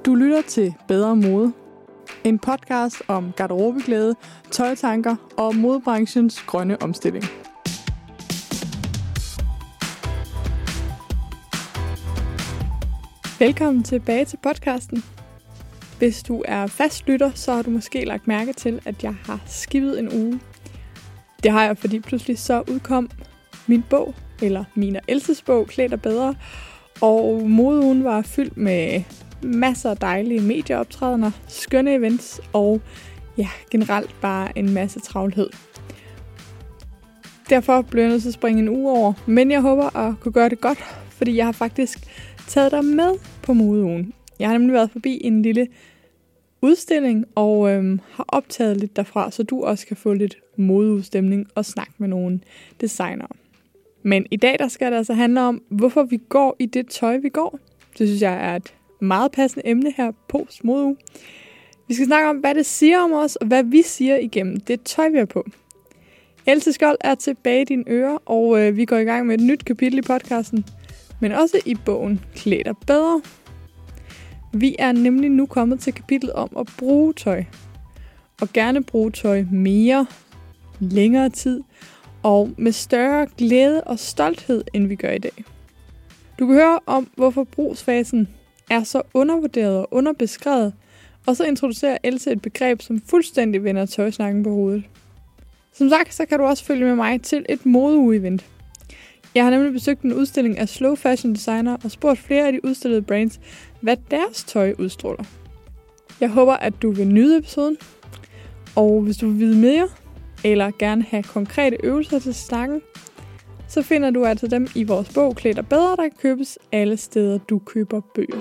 Du lytter til Bedre Mode. En podcast om garderobeglæde, tøjtanker og modebranchens grønne omstilling. Velkommen tilbage til podcasten. Hvis du er fast lytter, så har du måske lagt mærke til, at jeg har skippet en uge. Det har jeg, fordi pludselig så udkom min bog, eller min og Elses bog, Klæd dig bedre. Og modeugen var fyldt med masser af dejlige medieoptrædener, skønne events og generelt bare en masse travlhed. Derfor blev jeg nødt til at springe en uge over, men jeg håber at kunne gøre det godt, fordi jeg har faktisk taget dig med på modeugen. Jeg har nemlig været forbi en lille udstilling og har optaget lidt derfra, så du også kan få lidt modeudstemning og snakke med nogle designere. Men i dag der skal det altså handle om, hvorfor vi går i det tøj, vi går. Det synes jeg er et meget passende emne her på modeuge. Vi skal snakke om, hvad det siger om os, og hvad vi siger igennem det tøj, vi har på. Else Skjold er tilbage i dine ører, og vi går i gang med et nyt kapitel i podcasten, men også i bogen Klæd dig bedre. Vi er nemlig nu kommet til kapitlet om at bruge tøj. Og gerne bruge tøj mere, længere tid, og med større glæde og stolthed, end vi gør i dag. Du kan høre om, hvorfor brugsfasen er så undervurderet og underbeskrevet, og så introducerer Else et begreb, som fuldstændig vender tøjsnakken på hovedet. Som sagt, så kan du også følge med mig til et modeuge-event. Jeg har nemlig besøgt en udstilling af slow fashion designer og spurgt flere af de udstillede brands, hvad deres tøj udstråler. Jeg håber, at du vil nyde episoden, og hvis du vil vide mere, eller gerne have konkrete øvelser til snakken, så finder du altså dem i vores bog Klæd dig bedre, der kan købes alle steder, du køber bøger.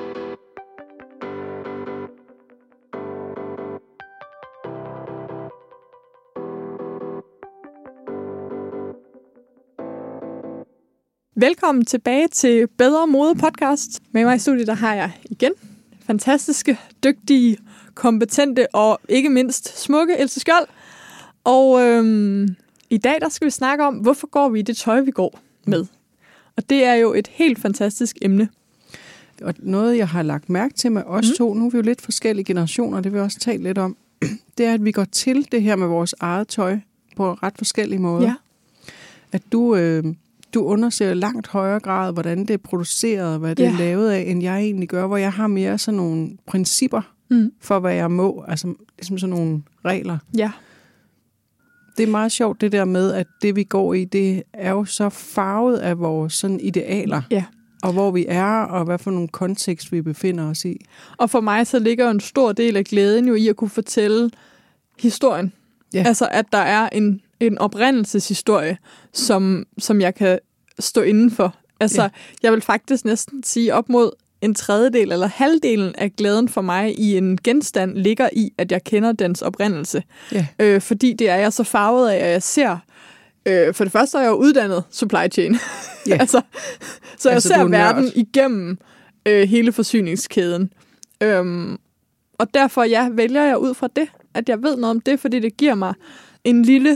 Velkommen tilbage til Bedre Mode podcast. Med mig i studiet, der har jeg igen fantastiske, dygtige, kompetente og ikke mindst smukke Else Skjold. Og i dag der skal vi snakke om, hvorfor går vi i det tøj, vi går med. Og det er jo et helt fantastisk emne. Og noget, jeg har lagt mærke til med os to, nu er vi jo lidt forskellige generationer, det vil jeg også tale lidt om, det er, at vi går til det her med vores eget tøj på ret forskellige måder. Ja. At du undersøger langt højere grad, hvordan det er produceret, hvad det er lavet af, end jeg egentlig gør, hvor jeg har mere sådan nogle principper for, hvad jeg må, altså ligesom sådan nogle regler. Ja. Det er meget sjovt det der med, at det vi går i, det er jo så farvet af vores sådan idealer. Ja. Og hvor vi er, og hvad for nogle kontekst vi befinder os i. Og for mig så ligger en stor del af glæden jo i at kunne fortælle historien. Ja. Altså at der er en oprindelseshistorie, som jeg kan stå inden for. Altså jeg vil faktisk næsten sige op mod en tredjedel eller halvdelen af glæden for mig i en genstand ligger i, at jeg kender dens oprindelse. Yeah. Fordi det er jeg så farvet af, at jeg ser. For det første er jeg jo uddannet supply chain. Yeah. Så jeg ser verden igennem hele forsyningskæden. Og derfor vælger jeg ud fra det, at jeg ved noget om det, fordi det giver mig en lille...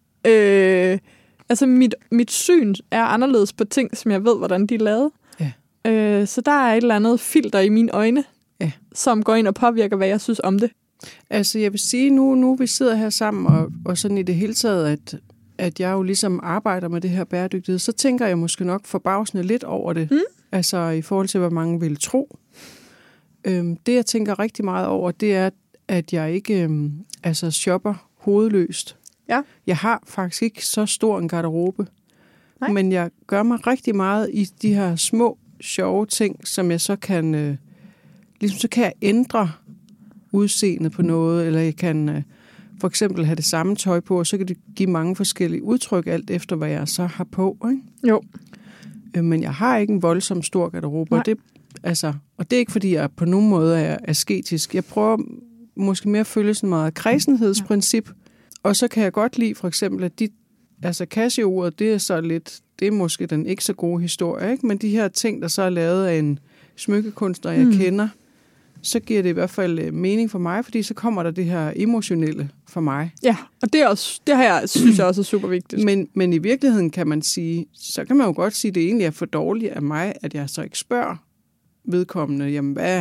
mit syn er anderledes på ting, som jeg ved, hvordan de er lavet. Så der er et eller andet filter i mine øjne, som går ind og påvirker, hvad jeg synes om det. Altså jeg vil sige, nu vi sidder her sammen, og sådan i det hele taget, at jeg jo ligesom arbejder med det her bæredygtighed, så tænker jeg måske nok forbavsende lidt over det. Altså i forhold til, hvad mange vil tro. Det jeg tænker rigtig meget over, det er, at jeg ikke shopper hovedløst. Ja. Jeg har faktisk ikke så stor en garderobe. Nej. Men jeg gør mig rigtig meget i de her små, sjove ting, som jeg så kan... så kan jeg ændre udseendet på noget, eller jeg kan for eksempel have det samme tøj på, og så kan det give mange forskellige udtryk, alt efter hvad jeg så har på. Ikke? Jo. Men jeg har ikke en voldsom stor garderobe, og det er ikke, fordi jeg på nogen måde er asketisk. Jeg prøver måske mere at følge sådan meget kredsenhedsprincip, og så kan jeg godt lide for eksempel, at Casio-uret, det er så lidt, det er måske den ikke så gode historie, ikke? Men de her ting, der så er lavet af en smykkekunstner, jeg kender, så giver det i hvert fald mening for mig, fordi så kommer der det her emotionelle for mig. Ja, og det synes jeg også er super vigtigt. Men i virkeligheden kan man sige, så kan man jo godt sige, at det egentlig er for dårligt af mig, at jeg så ikke spørger vedkommende, jamen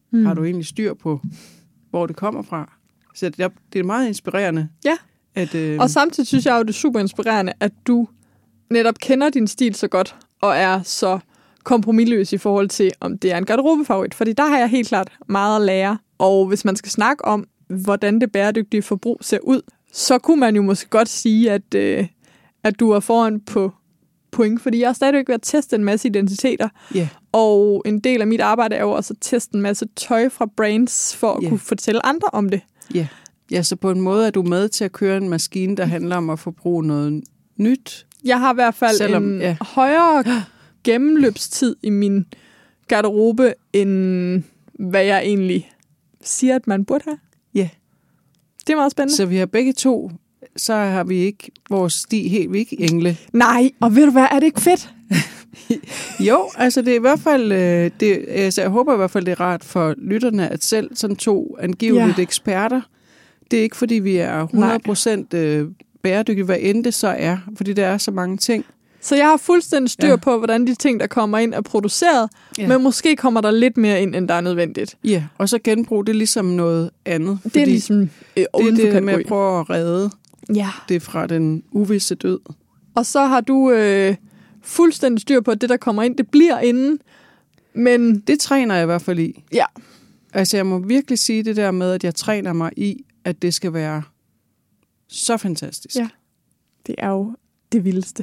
Har du egentlig styr på, hvor det kommer fra? Så det er meget inspirerende. Ja, og samtidig synes jeg jo, det er super inspirerende, at du netop kender din stil så godt, og er så kompromisløs i forhold til, om det er en garderobefavorit. Fordi der har jeg helt klart meget at lære. Og hvis man skal snakke om, hvordan det bæredygtige forbrug ser ud, så kunne man jo måske godt sige, at du er foran på point, fordi jeg har stadigvæk ved at teste en masse identiteter. Yeah. Og en del af mit arbejde er jo også at teste en masse tøj fra brands, for at kunne fortælle andre om det. Yeah. Ja, så på en måde er du med til at køre en maskine, der handler om at forbruge noget nyt. Jeg har i hvert fald højere gennemløbstid i min garderobe, end hvad jeg egentlig siger, at man burde have. Ja. Yeah. Det er meget spændende. Så vi har begge to, så har vi ikke vores sti helt, vi ikke engle. Nej, og ved du hvad, er det ikke fedt? Jo, altså det er i hvert fald, altså jeg håber i hvert fald, det er rart for lytterne, at selv sådan to angiveligt eksperter, det er ikke fordi vi er 100% bæredygtige, hvad end det så er, fordi der er så mange ting. Så jeg har fuldstændig styr på, hvordan de ting, der kommer ind, er produceret, men måske kommer der lidt mere ind, end der er nødvendigt. Ja, og så genbrug, det er ligesom noget andet. Det er ligesom det er det med at prøve at redde det fra den uvisse død. Og så har du fuldstændig styr på, at det, der kommer ind, det bliver inden, men... Det træner jeg i hvert fald i. Ja. Altså jeg må virkelig sige det der med, at jeg træner mig i, at det skal være så fantastisk. Ja, det er jo det vildeste.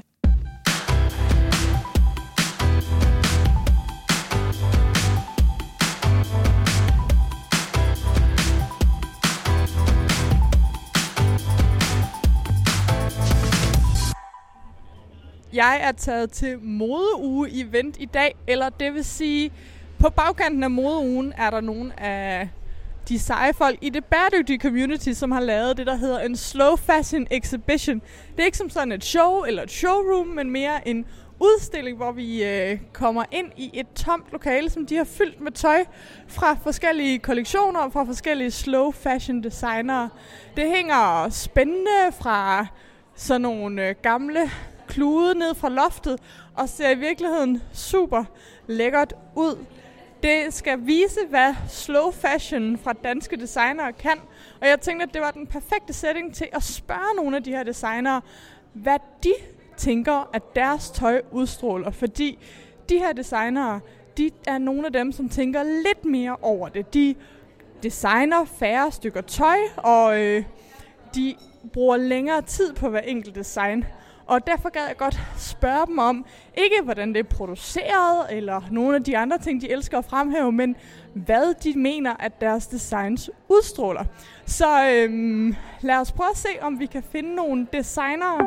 Jeg er taget til modeuge-event i dag, eller det vil sige, på bagkanten af modeugen er der nogle af de seje folk i det bæredygtige community, som har lavet det, der hedder en slow fashion exhibition. Det er ikke som sådan et show eller et showroom, men mere en udstilling, hvor vi kommer ind i et tomt lokale, som de har fyldt med tøj fra forskellige kollektioner og fra forskellige slow fashion designere. Det hænger spændende fra sådan nogle gamle klude ned fra loftet og ser i virkeligheden super lækkert ud. Det skal vise, hvad slow fashion fra danske designere kan, og jeg tænkte, at det var den perfekte setting til at spørge nogle af de her designere, hvad de tænker, at deres tøj udstråler, fordi de her designere, de er nogle af dem, som tænker lidt mere over det. De designer færre stykker tøj, og de bruger længere tid på hver enkelt design. Og derfor gad jeg godt spørge dem om, ikke hvordan det er produceret, eller nogle af de andre ting, de elsker at fremhæve, men hvad de mener, at deres designs udstråler. Så lad os prøve at se, om vi kan finde nogle designere.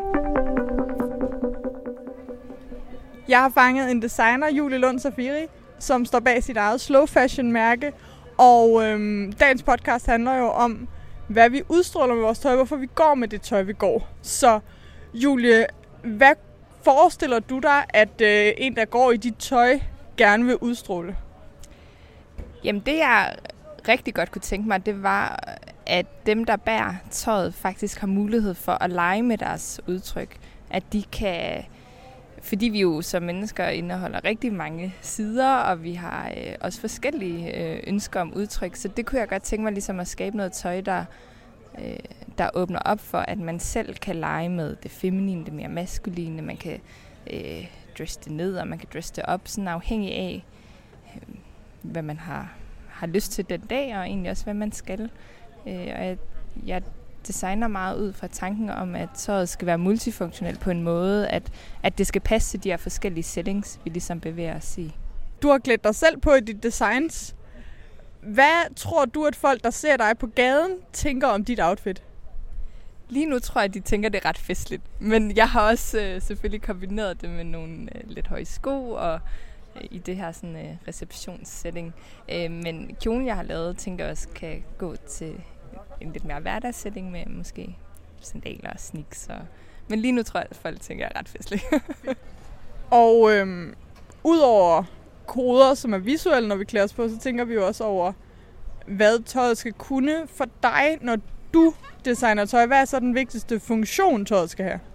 Jeg har fanget en designer, Julie Lund Safiri, som står bag sit eget slow fashion mærke. Og dagens podcast handler jo om, hvad vi udstråler med vores tøj, hvorfor vi går med det tøj, vi går. Så Julie, hvad forestiller du dig, at en, der går i dit tøj, gerne vil udstråle? Jamen det, jeg rigtig godt kunne tænke mig, det var, at dem, der bærer tøjet, faktisk har mulighed for at lege med deres udtryk. At de kan, fordi vi jo som mennesker indeholder rigtig mange sider, og vi har også forskellige ønsker om udtryk, så det kunne jeg godt tænke mig ligesom at skabe noget tøj, der åbner op for, at man selv kan lege med det feminine, det mere maskuline. Man kan dresse det ned, og man kan dresse det op, sådan afhængig af, hvad man har lyst til den dag, og egentlig også, hvad man skal. Og jeg designer meget ud fra tanken om, at tøjet skal være multifunktionelt på en måde, at det skal passe til de her forskellige settings, vi ligesom bevæger os i. Du har klædt dig selv på i dit designs. Hvad tror du, at folk, der ser dig på gaden, tænker om dit outfit? Lige nu tror jeg, at de tænker, det er ret festligt. Men jeg har også selvfølgelig kombineret det med nogle lidt høje sko og i det her sådan receptionssetting. Men kjolen, jeg har lavet, tænker jeg også kan gå til en lidt mere hverdagssætning med måske sandaler og sneaks. Men lige nu tror jeg, at folk tænker, at det er ret festligt. Og udover koder, som er visuelle, når vi klæder os på, så tænker vi jo også over, hvad tøjet skal kunne for dig, når du designer tøj. Hvad er så den vigtigste funktion, tøjet skal have?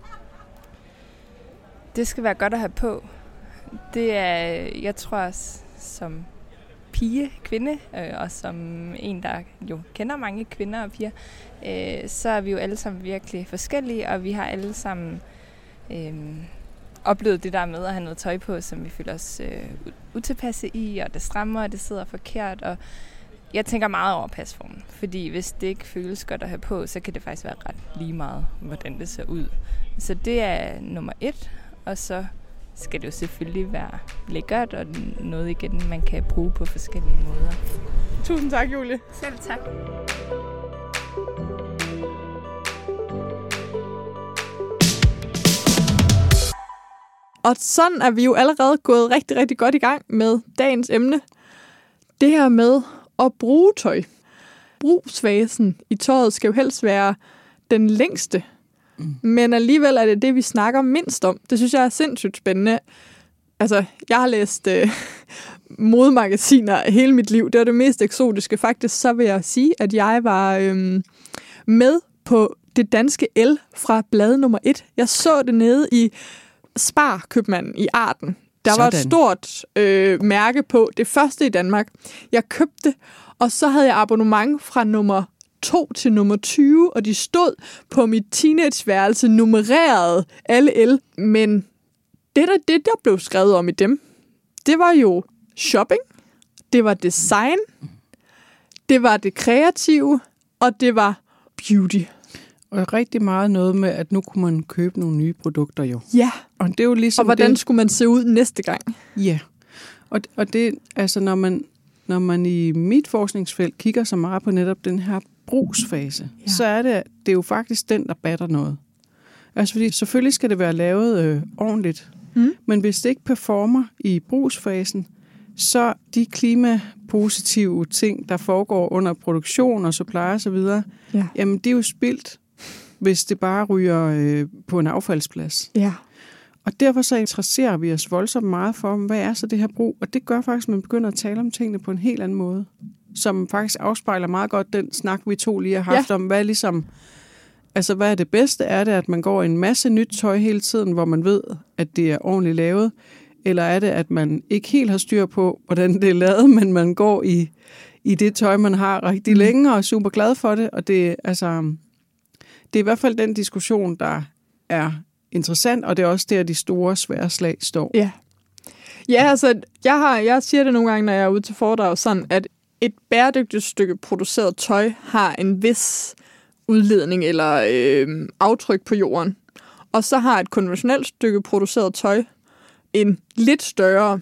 Det skal være godt at have på. Det er, jeg tror, som kvinde, og som en, der jo kender mange kvinder og piger, så er vi jo alle sammen virkelig forskellige, og vi har alle sammen oplevet det der med at have noget tøj på, som vi føler os utilpasse i, og det strammer, og det sidder forkert, og jeg tænker meget over pasformen, fordi hvis det ikke føles godt at have på, så kan det faktisk være ret lige meget, hvordan det ser ud. Så det er nummer 1, og så skal det jo selvfølgelig være lækkert, og noget igen, man kan bruge på forskellige måder. Tusind tak, Julie. Selv tak. Og sådan er vi jo allerede gået rigtig, rigtig godt i gang med dagens emne. Det her med at bruge tøj. Brugsfasen i tøjet skal jo helst være den længste. Men alligevel er det, vi snakker mindst om. Det synes jeg er sindssygt spændende. Altså, jeg har læst modemagasiner hele mit liv. Det var det mest eksotiske. Faktisk så vil jeg sige, at jeg var med på det danske L fra blad nummer 1. Jeg så det nede i Spar-købmanden i Arden. Der var et stort mærke på. Det første i Danmark. Jeg købte, og så havde jeg abonnement fra nummer 2 til nummer 20, og de stod på mit teenageværelse nummereret alle L. Men det der blev skrevet om i dem, det var jo shopping, det var design, det var det kreative, og det var beauty. Og rigtig meget noget med, at nu kunne man købe nogle nye produkter jo. Ja, og det er jo ligesom og hvordan skulle man se ud næste gang? Ja, og det, altså når man i mit forskningsfelt kigger så meget på netop den her brugsfase, så er det jo faktisk den, der batter noget. Altså fordi selvfølgelig skal det være lavet ordentligt, men hvis det ikke performer i brugsfasen, så de klimapositive ting, der foregår under produktion og supply og så videre, jamen det er jo spildt, hvis det bare ryger på en affaldsplads. Ja. Og derfor så interesserer vi os voldsomt meget for, hvad er så det her brug? Og det gør faktisk, at man begynder at tale om tingene på en helt anden måde, som faktisk afspejler meget godt den snak, vi to lige har haft om, hvad er ligesom, altså hvad er det bedste? Er det, at man går i en masse nyt tøj hele tiden, hvor man ved, at det er ordentligt lavet? Eller er det, at man ikke helt har styr på, hvordan det er lavet, men man går i det tøj, man har rigtig længe og er super glad for det? Og det er i hvert fald den diskussion, der er interessant, og det er også der, de store svære slag står. Ja, altså, jeg siger det nogle gange, når jeg er ude til foredrag, sådan, at et bæredygtigt stykke produceret tøj har en vis udledning eller aftryk på jorden. Og så har et konventionelt stykke produceret tøj en lidt større,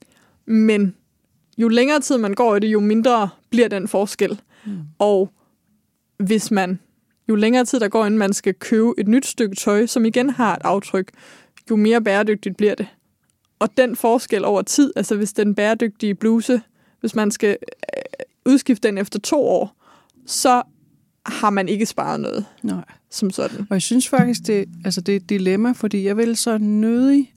men jo længere tid man går i det, jo mindre bliver den forskel. Og hvis man jo længere tid der går, inden man skal købe et nyt stykke tøj, som igen har et aftryk, jo mere bæredygtigt bliver det. Og den forskel over tid, altså hvis den bæredygtige bluse, hvis man skal udskifte den efter 2 år, så har man ikke sparet noget. Nej. Som sådan. Og jeg synes faktisk, det er et dilemma, fordi jeg vil så nødig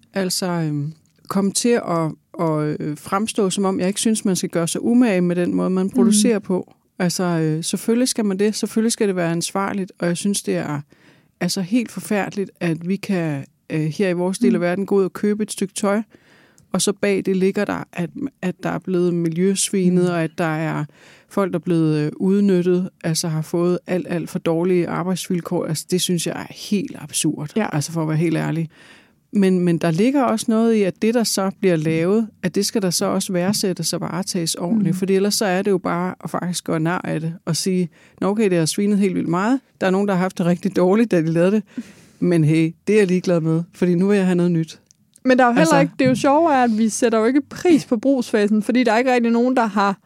komme til at fremstå, som om jeg ikke synes, man skal gøre sig umage med den måde, man producerer på. Altså, selvfølgelig skal man det. Selvfølgelig skal det være ansvarligt, og jeg synes, det er altså helt forfærdeligt, at vi kan her i vores del af verden gå ud og købe et stykke tøj, og så bag det ligger der, at der er blevet miljøsvinet, og at der er folk, der er blevet udnyttet, altså har fået alt for dårlige arbejdsvilkår. Altså, det synes jeg er helt absurd, altså for at være helt ærlig. Men der ligger også noget i, at det, der så bliver lavet, at det skal der så også værdsættes og varetages ordentligt. Fordi ellers så er det jo bare at faktisk gøre nar af det og sige, nå okay, det har svinet helt vildt meget. Der er nogen, der har haft det rigtig dårligt, da de lavede det. Men hey, det er jeg ligeglad med, fordi nu vil jeg have noget nyt. Men der er jo heller ikke, det er jo sjovt, at vi sætter jo ikke pris på brugsfasen, fordi der er ikke rigtig nogen, der har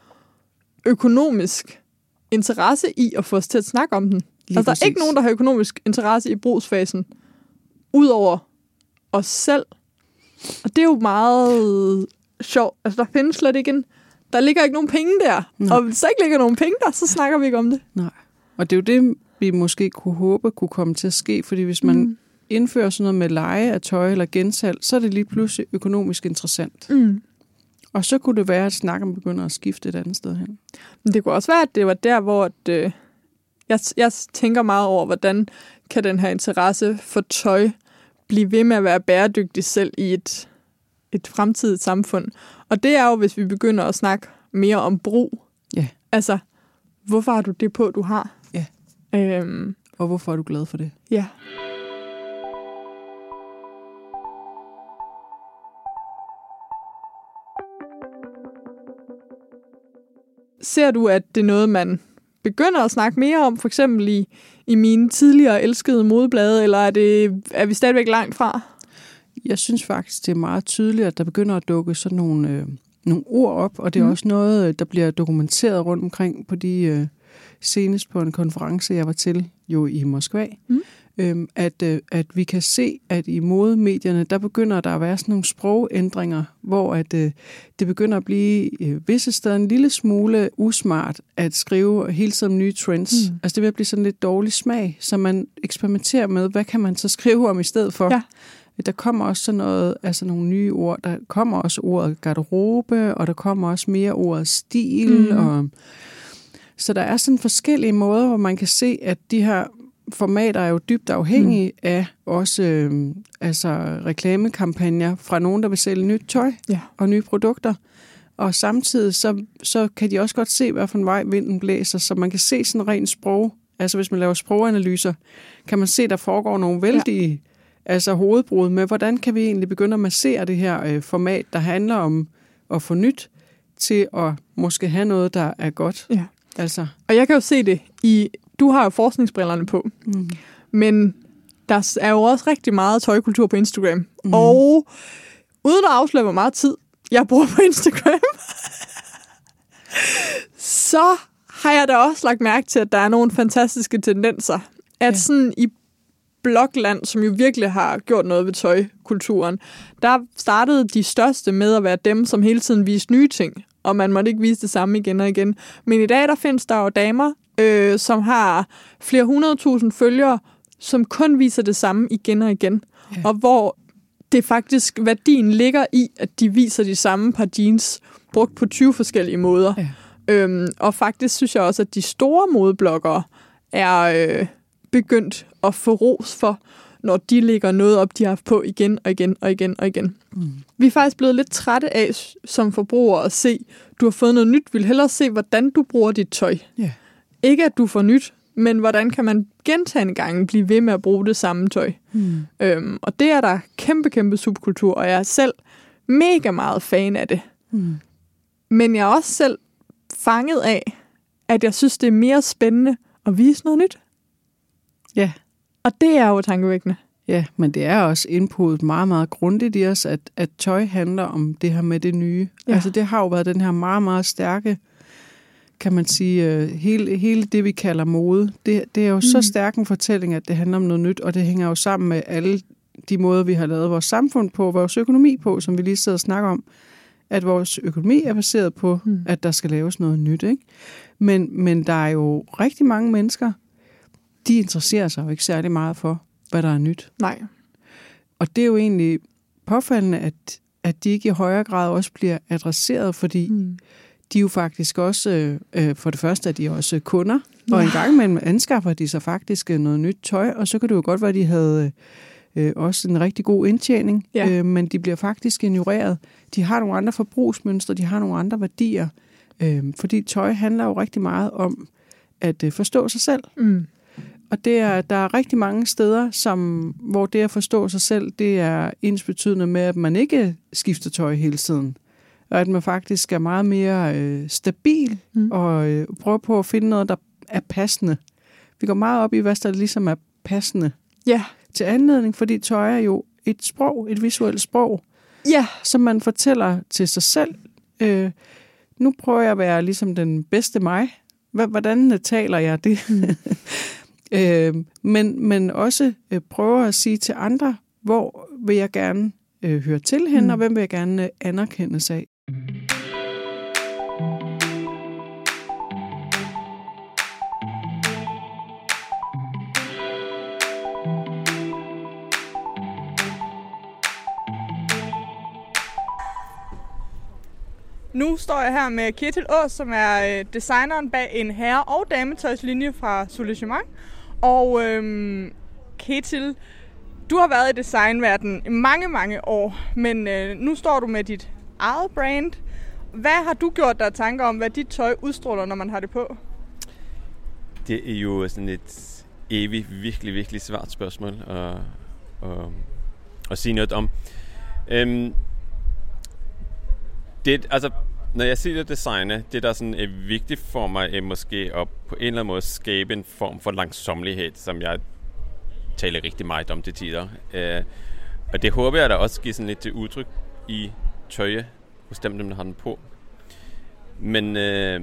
økonomisk interesse i at få os til at snakke om den. Altså, der er ikke nogen, der har økonomisk interesse i brugsfasen, udover os selv. Og det er jo meget sjovt. Altså, der findes slet ikke der ligger ikke nogen penge der. Nej. Og hvis der ikke ligger nogen penge der, så snakker vi ikke om det. Nej. Og det er jo det, vi måske kunne håbe kunne komme til at ske, fordi hvis man indfører sådan noget med leje af tøj eller gensalg, så er det lige pludselig økonomisk interessant. Og så kunne det være, at snakken begynder at skifte et andet sted hen. Men det kunne også være, at det var der, hvor jeg tænker meget over, hvordan kan den her interesse for tøj blive ved med at være bæredygtig selv i et fremtidigt samfund. Og det er jo, hvis vi begynder at snakke mere om brug. Ja. Altså, hvorfor har du det på, du har? Ja. Og hvorfor er du glad for det? Ja. Ser du, at det er noget, man begynder at snakke mere om, for eksempel i mine tidligere elskede modeblade, eller er vi stadigvæk langt fra? Jeg synes faktisk, det er meget tydeligt, at der begynder at dukke sådan nogle ord op, og det er også noget, der bliver dokumenteret rundt omkring på de senest på en konference, jeg var til jo i Moskva, at vi kan se, at i modemedierne, der begynder der at være sådan nogle sproгэndringer, hvor at det begynder at blive visse steder en lille smule usmart at skrive hele tiden nye trends. Altså det vil blive sådan lidt dårlig smag, så man eksperimenterer med, hvad kan man så skrive om i stedet for? Ja. Der kommer også sådan noget, altså nogle nye ord. Der kommer også ordet garderobe, og der kommer også mere ordet stil. Så der er sådan forskellige måder, hvor man kan se, at de her formater er jo dybt afhængige af også reklamekampagner fra nogen, der vil sælge nyt tøj og nye produkter. Og samtidig så kan de også godt se, hvad for en vej vinden blæser, så man kan se sådan rent sprog. Altså hvis man laver sproganalyser, kan man se, der foregår nogle vældige hovedbrud med, hvordan kan vi egentlig begynde at massere det her format, der handler om at få nyt, til at måske have noget, der er godt. Ja. Altså. Og jeg kan jo se det du har jo forskningsbrillerne på, men der er jo også rigtig meget tøjkultur på Instagram. Og uden at afsløre, hvor meget tid jeg bruger på Instagram, så har jeg da også lagt mærke til, at der er nogle fantastiske tendenser. At sådan i blogland, som jo virkelig har gjort noget ved tøjkulturen, der startede de største med at være dem, som hele tiden viste nye ting, og man måtte ikke vise det samme igen og igen. Men i dag, der findes der jo damer, som har flere 100.000 følgere, som kun viser det samme igen og igen. Ja. Og hvor det faktisk, værdien ligger i, at de viser de samme par jeans, brugt på 20 forskellige måder. Ja. Og faktisk synes jeg også, at de store modebloggere er begyndt at få ros for, når de lægger noget op, de har haft på igen og igen og igen og igen. Vi er faktisk blevet lidt trætte af som forbrugere at se, du har fået noget nyt, vil hellere se, hvordan du bruger dit tøj. Yeah. Ikke at du får nyt, men hvordan kan man gentagne gange blive ved med at bruge det samme tøj. Og det er der kæmpe subkultur, og jeg er selv mega meget fan af det. Men jeg er også selv fanget af, at jeg synes, det er mere spændende at vise noget nyt. Ja. Og det er jo tankevækkende. Ja, men det er også indputtet meget, meget grundigt i os, at tøj handler om det her med det nye. Ja. Altså det har jo været den her meget, meget stærke, kan man sige, hele det, vi kalder mode. Det er jo så stærk en fortælling, at det handler om noget nyt, og det hænger jo sammen med alle de måder, vi har lavet vores samfund på, vores økonomi på, som vi lige sidder og snakker om, at vores økonomi er baseret på, at der skal laves noget nyt, ikke? Men der er jo rigtig mange mennesker, de interesserer sig jo ikke særlig meget for, hvad der er nyt. Nej. Og det er jo egentlig påfaldende, at de ikke i højere grad også bliver adresseret, fordi de er jo faktisk også, for det første er de også kunder, og en gang imellem anskaffer de sig faktisk noget nyt tøj, og så kan det jo godt være, at de havde også en rigtig god indtjening, men de bliver faktisk ignoreret. De har nogle andre forbrugsmønstre, de har nogle andre værdier, fordi tøj handler jo rigtig meget om at forstå sig selv. Og der er rigtig mange steder, hvor det at forstå sig selv, det er ensbetydende med, at man ikke skifter tøj hele tiden. Og at man faktisk er meget mere stabil og prøver på at finde noget, der er passende. Vi går meget op i, hvad der ligesom er passende til anledning, fordi tøj er jo et sprog, et visuelt sprog, som man fortæller til sig selv. Nu prøver jeg at være ligesom den bedste mig. Hvordan taler jeg det? Men også prøver at sige til andre, hvor vil jeg gerne høre til hende, og hvem vil jeg gerne anerkendes af. Nu står jeg her med Ketil Aas, som er designeren bag en herre- og dametøjslinje fra Soulagement. Og Ketil, du har været i designverdenen i mange år, men nu står du med dit eget brand, Hvad har du gjort dig tanker om, hvad dit tøj udstråler, når man har det på? Det er jo sådan et evigt, virkelig, virkelig svært spørgsmål at sige noget om. Altså, når jeg siger designe, det der sådan er vigtigt for mig, er måske at på en eller anden måde skabe en form for langsommelighed, som jeg taler rigtig meget om til tider. Og det håber jeg da også giver sådan lidt til udtryk i tøjet hos dem, der har den på. Men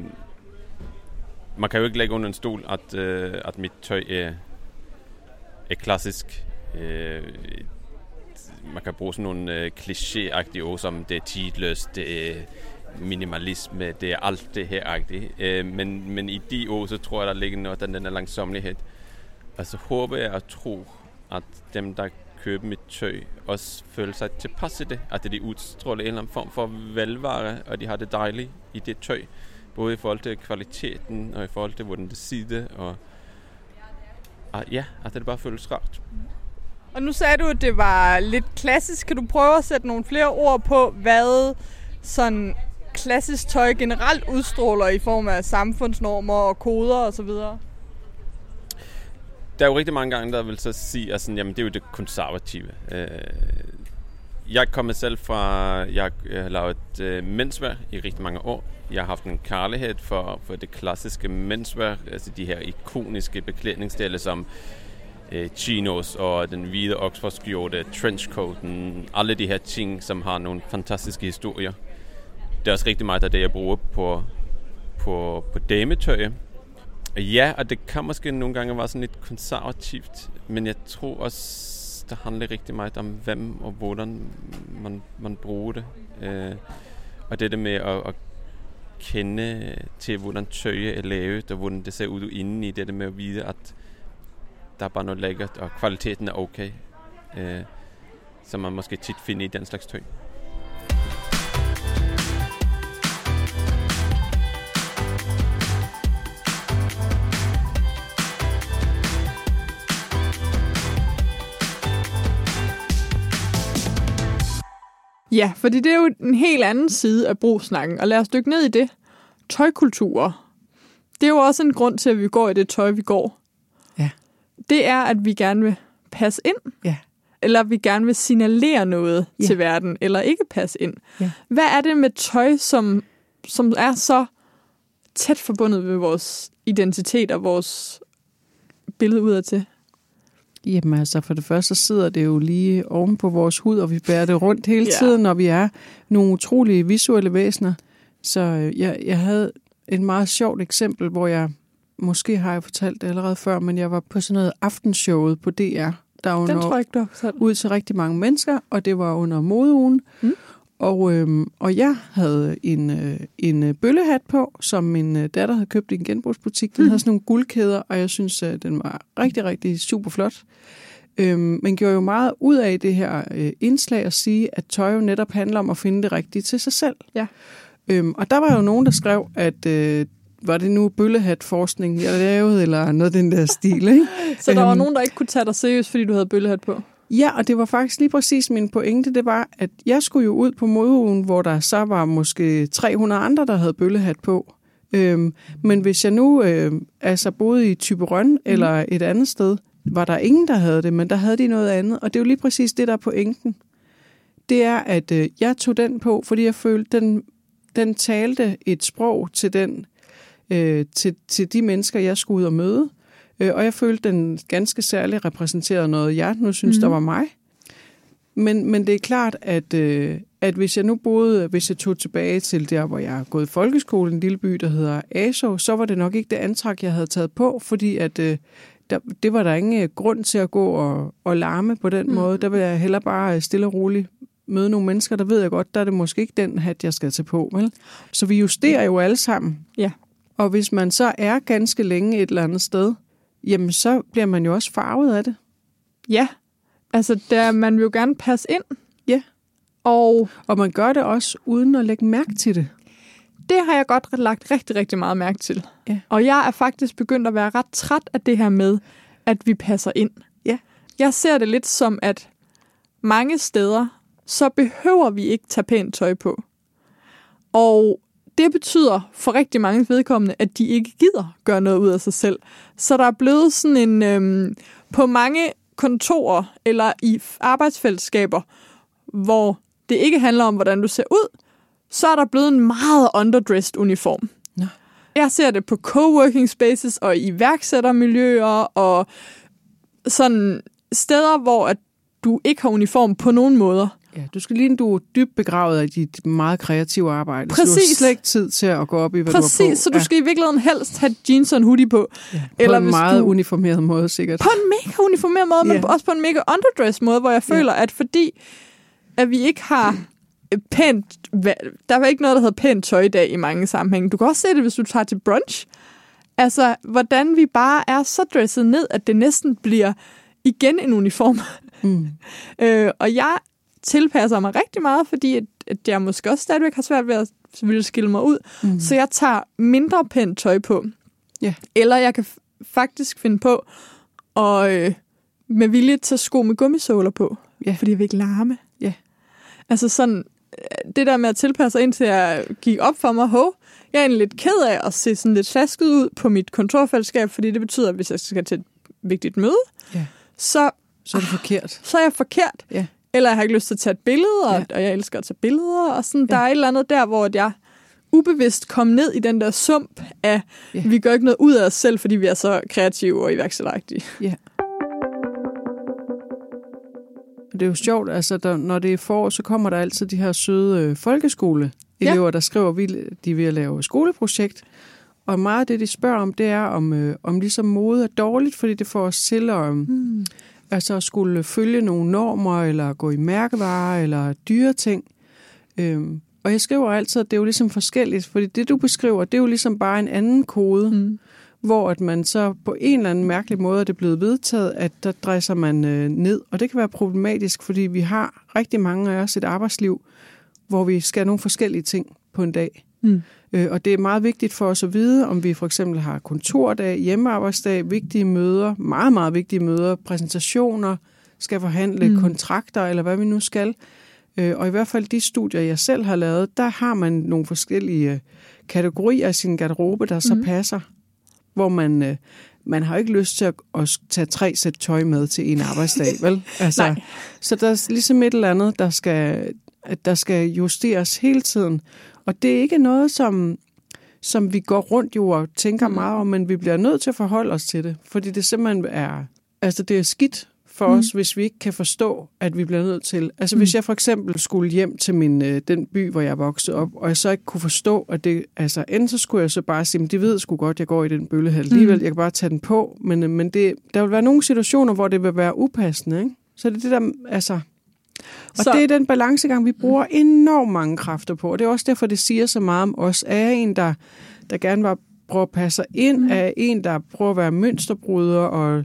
man kan jo ikke lægge under en stol, at mit tøj er klassisk. Man kan bruge sådan nogle klichéagtige ord, som det er tidløst, det er minimalisme, det er alt det her-agtigt. Men i de ord, så tror jeg, der ligger noget af den der langsommelighed. Og så håber jeg og tror, at dem, der køber mit tøj, også føler sig tilpas i det. At de udstråler en eller anden form for velvære, og de har det dejligt i det tøj. Både i forhold til kvaliteten, og i forhold til, hvordan det sidder, og ja, at det bare føles rart. Og nu sagde du, at det var lidt klassisk. Kan du prøve at sætte nogle flere ord på, hvad sådan klassisk tøj generelt udstråler i form af samfundsnormer og koder osv.? Der er jo rigtig mange gange, der vil så sige, at sådan, jamen, det er jo det konservative. Jeg kommer selv fra, jeg har lavet menswear i rigtig mange år. Jeg har haft en kærlighed for det klassiske menswear, altså de her ikoniske beklædningsdele som chinos og den hvide oxfordskjorte, trenchcoaten, alle de her ting, som har nogle fantastiske historier. Det er også rigtig meget af det, jeg bruger på dametøj. Ja, og det kan måske nogle gange være sådan lidt konservativt, men jeg tror også, det handler rigtig meget om hvem og hvordan man bruger det. Og det med at kende til, hvordan tøjet er lavet, og hvordan det ser ud inde i det med at vide, at der er bare noget lækkert, og kvaliteten er okay, som man måske tit finder i den slags tøj. Ja, fordi det er jo en helt anden side af brugssnakken, og lad os dykke ned i det. Tøjkulturer. Det er jo også en grund til, at vi går i det tøj, vi går. Ja. Det er, at vi gerne vil passe ind. Ja. Eller vi gerne vil signalere noget til verden, eller ikke passe ind. Ja. Hvad er det med tøj, som er så tæt forbundet med vores identitet og vores billede udadtil? Jamen altså, for det første så sidder det jo lige oven på vores hud, og vi bærer det rundt hele tiden, når vi er nogle utrolige visuelle væsener. Så jeg havde et meget sjovt eksempel, hvor måske har jeg fortalt det allerede før, men jeg var på sådan noget aftenshowet på DR. Der var den tror jeg ikke, du har fortalt. Ud til rigtig mange mennesker, og det var under modeugen. Og jeg havde en bøllehat på, som min datter havde købt i en genbrugsbutik. Den havde sådan nogle guldkæder, og jeg synes, at den var rigtig, rigtig super flot. Men gjorde jo meget ud af det her indslag at sige, at tøj jo netop handler om at finde det rigtige til sig selv. Ja. Og der var jo nogen, der skrev, at var det nu bøllehatforskning, jeg lavede, eller noget den der stil, ikke? Så der var nogen, der ikke kunne tage dig seriøst, fordi du havde bøllehat på? Ja, og det var faktisk lige præcis min pointe. Det var, at jeg skulle jo ud på modeugen, hvor der så var måske 300 andre, der havde bøllehat på. Men hvis jeg nu boede i Thyborøn eller et andet sted, var der ingen, der havde det, men der havde de noget andet. Og det er jo lige præcis det, der er pointen. Det er, at jeg tog den på, fordi jeg følte, den talte et sprog til til de mennesker, jeg skulle ud og møde. Og jeg følte, den ganske særligt repræsenterede noget, jeg nu synes, der var mig. Men det er klart, at hvis jeg tog tilbage til der, hvor jeg har gået i folkeskole, en lille by, der hedder Aso, så var det nok ikke det antræk, jeg havde taget på, fordi at det var der ingen grund til at gå og larme på den måde. Der vil jeg hellere bare stille og roligt møde nogle mennesker, der ved jeg godt, der er det måske ikke den hat, jeg skal tage på. Vel? Så vi justerer jo alle sammen. Ja. Og hvis man så er ganske længe et eller andet sted, jamen så bliver man jo også farvet af det. Ja, altså man vil jo gerne passe ind. Ja, og man gør det også uden at lægge mærke til det. Det har jeg godt lagt rigtig, rigtig meget mærke til. Ja. Og jeg er faktisk begyndt at være ret træt af det her med, at vi passer ind. Ja. Jeg ser det lidt som, at mange steder, så behøver vi ikke tage pænt tøj på. Og det betyder for rigtig mange vedkommende, at de ikke gider gøre noget ud af sig selv. Så der er blevet sådan en... på mange kontorer eller i arbejdsfællesskaber, hvor det ikke handler om, hvordan du ser ud, så er der blevet en meget underdressed uniform. Nå. Jeg ser det på coworking spaces og iværksættermiljøer og sådan steder, hvor at du ikke har uniform på nogen måder. Ja, du skal ligne, du er dybt begravet af dit meget kreative arbejde. Præcis. Så du har slet ikke tid til at gå op i, hvad du har på. Præcis, så du skal i virkeligheden helst have jeans og en hoodie på. Ja, på eller en meget uniformeret måde, sikkert. På en mega uniformeret måde, men også på en mega underdressed måde, hvor jeg føler, at fordi at vi ikke har pænt... Der er ikke noget, der hedder pænt tøj i dag i mange sammenhænge. Du kan også se det, hvis du tager til brunch. Altså, hvordan vi bare er så dresset ned, at det næsten bliver igen en uniform. Og jeg tilpasser mig rigtig meget, fordi at jeg måske også stadigvæk har svært ved at ville skille mig ud. Så jeg tager mindre pænt tøj på. Yeah. Eller jeg kan faktisk finde på at med vilje tage sko med gummisåler på. Yeah. Fordi jeg vil ikke larme. Yeah. Altså sådan, det der med at tilpasse sig ind til at give op for mig, jeg er egentlig lidt ked af at se sådan lidt slasket ud på mit kontorfællesskab, fordi det betyder, at hvis jeg skal til et vigtigt møde, så er det forkert. Så er jeg forkert. Yeah. Eller jeg har ikke lyst til at tage et billede, og jeg elsker at tage billeder. Og sådan, der er et eller andet der, hvor jeg ubevidst kom ned i den der sump af, vi gør ikke noget ud af os selv, fordi vi er så kreative og iværksætteragtige. Ja. Det er jo sjovt, altså når det er forår, så kommer der altid de her søde folkeskoleelever, der skriver, at de vil lave skoleprojekt. Og meget af det, de spørger om, det er, om ligesom mode er dårligt, fordi det får os til at at skulle følge nogle normer, eller gå i mærkevarer, eller dyre ting. Og jeg skriver altid, at det er jo ligesom forskelligt, fordi det, du beskriver, det er jo ligesom bare en anden kode, hvor at man så på en eller anden mærkelig måde er det blevet vedtaget, at der dresser man ned. Og det kan være problematisk, fordi vi har rigtig mange af os et arbejdsliv, hvor vi skal nogle forskellige ting på en dag. Og det er meget vigtigt for os at vide, om vi for eksempel har kontordag, hjemmearbejdsdag, vigtige møder, meget, meget vigtige møder, præsentationer, skal forhandle kontrakter, eller hvad vi nu skal. Og i hvert fald de studier, jeg selv har lavet, der har man nogle forskellige kategorier af sin garderobe, der så passer, hvor man har ikke lyst til at tage 3 sæt tøj med til en arbejdsdag, vel? Altså, så der er ligesom et eller andet, der skal justeres hele tiden. Og det er ikke noget, som vi går rundt jo og tænker meget om, men vi bliver nødt til at forholde os til det. Fordi det simpelthen det er skidt for os, hvis vi ikke kan forstå, at vi bliver nødt til. Altså hvis jeg for eksempel skulle hjem til den by, hvor jeg voksede op, og jeg så ikke kunne forstå, at det, altså enten så skulle jeg så bare sige, de ved sgu godt, jeg går i den bøllehal alligevel, jeg kan bare tage den på, men der vil være nogle situationer, hvor det vil være upassende, ikke? Så det er det der, altså... Og det er den balancegang, vi bruger enormt mange kræfter på, og det er også derfor, det siger så meget om os. Er en, der gerne vil prøve at passe ind, er en, der prøver at være mønsterbryder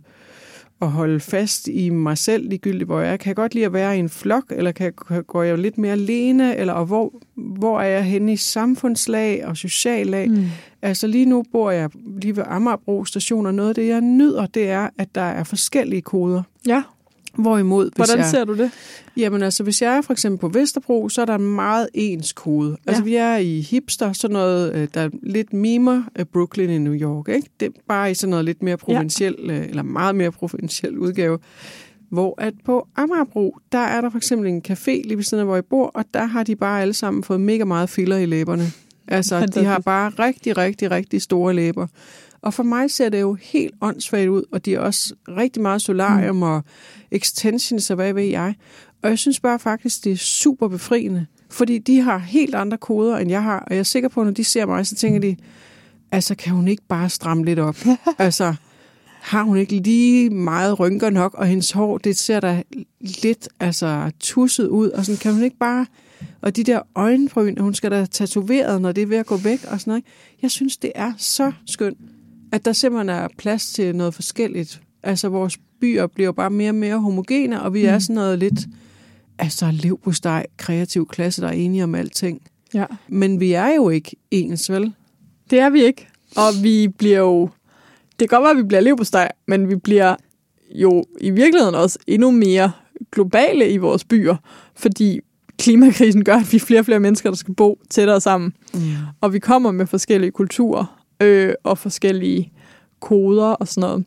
og holde fast i mig selv, ligegyldigt hvor jeg er. Kan jeg godt lide at være i en flok, eller går jeg lidt mere alene, eller hvor er jeg henne i samfundslag og sociallag? Altså lige nu bor jeg lige ved Amagerbro station, og noget af det, jeg nyder, det er, at der er forskellige koder. Ja. Hvorimod, hvordan ser du det? Jamen altså, hvis jeg er for eksempel på Vesterbro, så er der en meget ens kode. Ja. Altså vi er i hipster, sådan noget, der lidt mimer Brooklyn i New York, ikke? Det er bare i sådan noget lidt mere provinciel, eller meget mere provinciel udgave. Hvor at på Amagerbro, der er der for eksempel en café lige ved siden af, hvor jeg bor, og der har de bare alle sammen fået mega meget filler i læberne. Altså, de har bare rigtig, rigtig, rigtig store læber. Og for mig ser det jo helt åndssvagt ud, og de er også rigtig meget solarium og extensions og hvad ved jeg. Og jeg synes bare faktisk, det er super befriende, fordi de har helt andre koder, end jeg har. Og jeg er sikker på, at når de ser mig, så tænker de, altså kan hun ikke bare stramme lidt op? Altså, har hun ikke lige meget rynker nok, og hendes hår, det ser da lidt tusset ud, og sådan kan hun ikke bare... Og de der øjenbryn, hun skal da tatoveret, når det er ved at gå væk og sådan noget. Jeg synes, det er så skønt, at der simpelthen er plads til noget forskelligt. Altså, vores byer bliver bare mere og mere homogene, og vi er sådan noget lidt, leverpostej, kreativ klasse, der er enige om alting. Ja. Men vi er jo ikke ens, vel? Det er vi ikke. Og vi bliver jo... Det kan godt være, at vi bliver leverpostej, men vi bliver jo i virkeligheden også endnu mere globale i vores byer, fordi klimakrisen gør, at vi er flere og flere mennesker, der skal bo tættere sammen. Og vi kommer med forskellige kulturer og forskellige koder og sådan noget.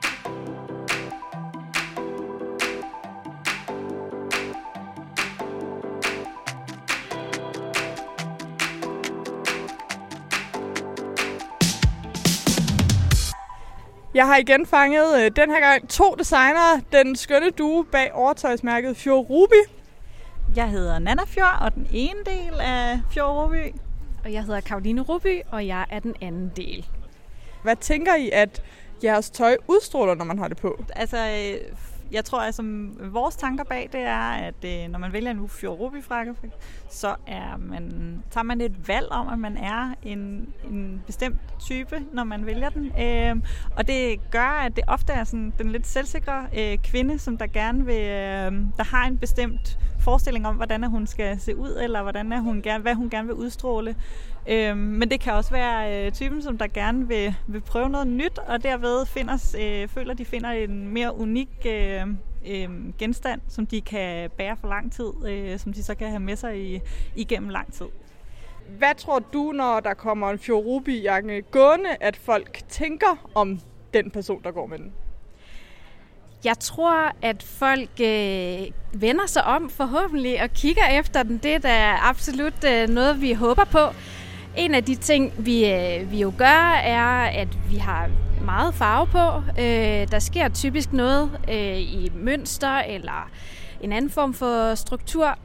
Jeg har igen fanget den her gang 2 designere, den skønne duo bag overtøjsmærket Fjord Ruby. Jeg hedder Nanna Fjord, og den ene del af Fjord Ruby. Og jeg hedder Karoline Ruby, og jeg er den anden del. Hvad tænker I, at jeres tøj udstråler, når man har det på? Altså, jeg tror, at vores tanker bag det er, at når man vælger en Fjord Ruby-frakke, så tager man et valg om, at man er en bestemt type, når man vælger den. Og det gør, at det ofte er sådan den lidt selvsikre kvinde, som der gerne vil, der har en bestemt forestilling om, hvordan hun skal se ud, eller hvad hun gerne vil udstråle. Men det kan også være typen, som der gerne vil prøve noget nyt, og derved føler, de finder en mere unik genstand, som de kan bære for lang tid, som de så kan have med sig igennem lang tid. Hvad tror du, når der kommer en Fjord Ruby-jakke gående, at folk tænker om den person, der går med den? Jeg tror, at folk vender sig om forhåbentlig og kigger efter den. Det er da absolut noget, vi håber på. En af de ting, vi jo gør, er, at vi har meget farve på. Der sker typisk noget i mønster eller en anden form for struktur.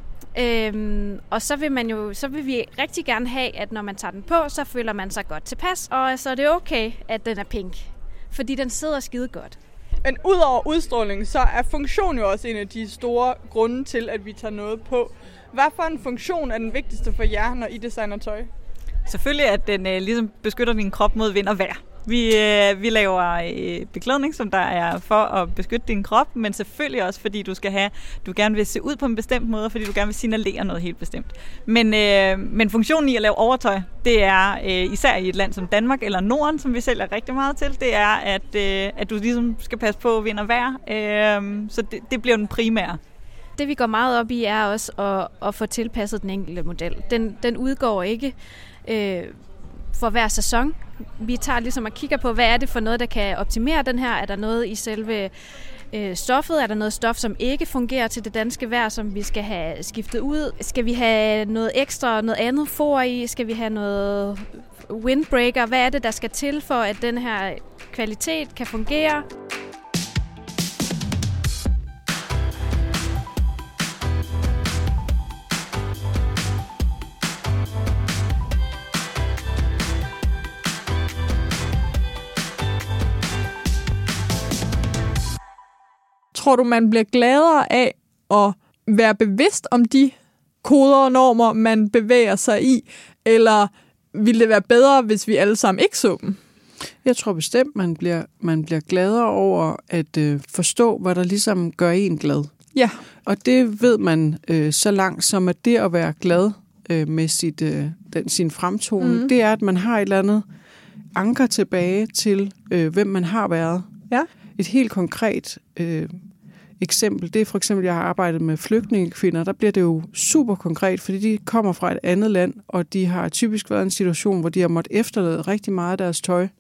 Og så vil vi rigtig gerne have, at når man tager den på, så føler man sig godt tilpas. Og så er det okay, at den er pink, fordi den sidder skide godt. Men udover udstråling, så er funktion jo også en af de store grunde til, at vi tager noget på. Hvad for en funktion er den vigtigste for jer, når I designer tøj? Selvfølgelig, at den ligesom beskytter din krop mod vind og vejr. Vi laver beklædning, som der er for at beskytte din krop, men selvfølgelig også, fordi du gerne vil se ud på en bestemt måde, fordi du gerne vil signalere noget helt bestemt. Men funktionen i at lave overtøj, det er især i et land som Danmark eller Norden, som vi sælger rigtig meget til, det er, at du ligesom skal passe på vind og vejr. Så det bliver den primære. Det vi går meget op i er også at få tilpasset den enkelte model. Den udgår ikke for hver sæson. Vi tager ligesom og kigger på, hvad er det for noget, der kan optimere den her? Er der noget i selve stoffet? Er der noget stof, som ikke fungerer til det danske vejr, som vi skal have skiftet ud? Skal vi have noget ekstra, noget andet for i? Skal vi have noget windbreaker? Hvad er det, der skal til for, at den her kvalitet kan fungere? Tror du, man bliver gladere af at være bevidst om de koder og normer, man bevæger sig i? Eller ville det være bedre, hvis vi alle sammen ikke så dem? Jeg tror bestemt, man bliver gladere over at forstå, hvad der ligesom gør en glad. Ja. Og det ved man så langt som, at det at være glad med sin fremtoning, det er, at man har et eller andet anker tilbage til, hvem man har været. Ja. Et helt konkret eksempel, det er for eksempel, jeg har arbejdet med flygtningekvinder, der bliver det jo super konkret, fordi de kommer fra et andet land, og de har typisk været i en situation, hvor de har måttet efterlade rigtig meget af deres tøj,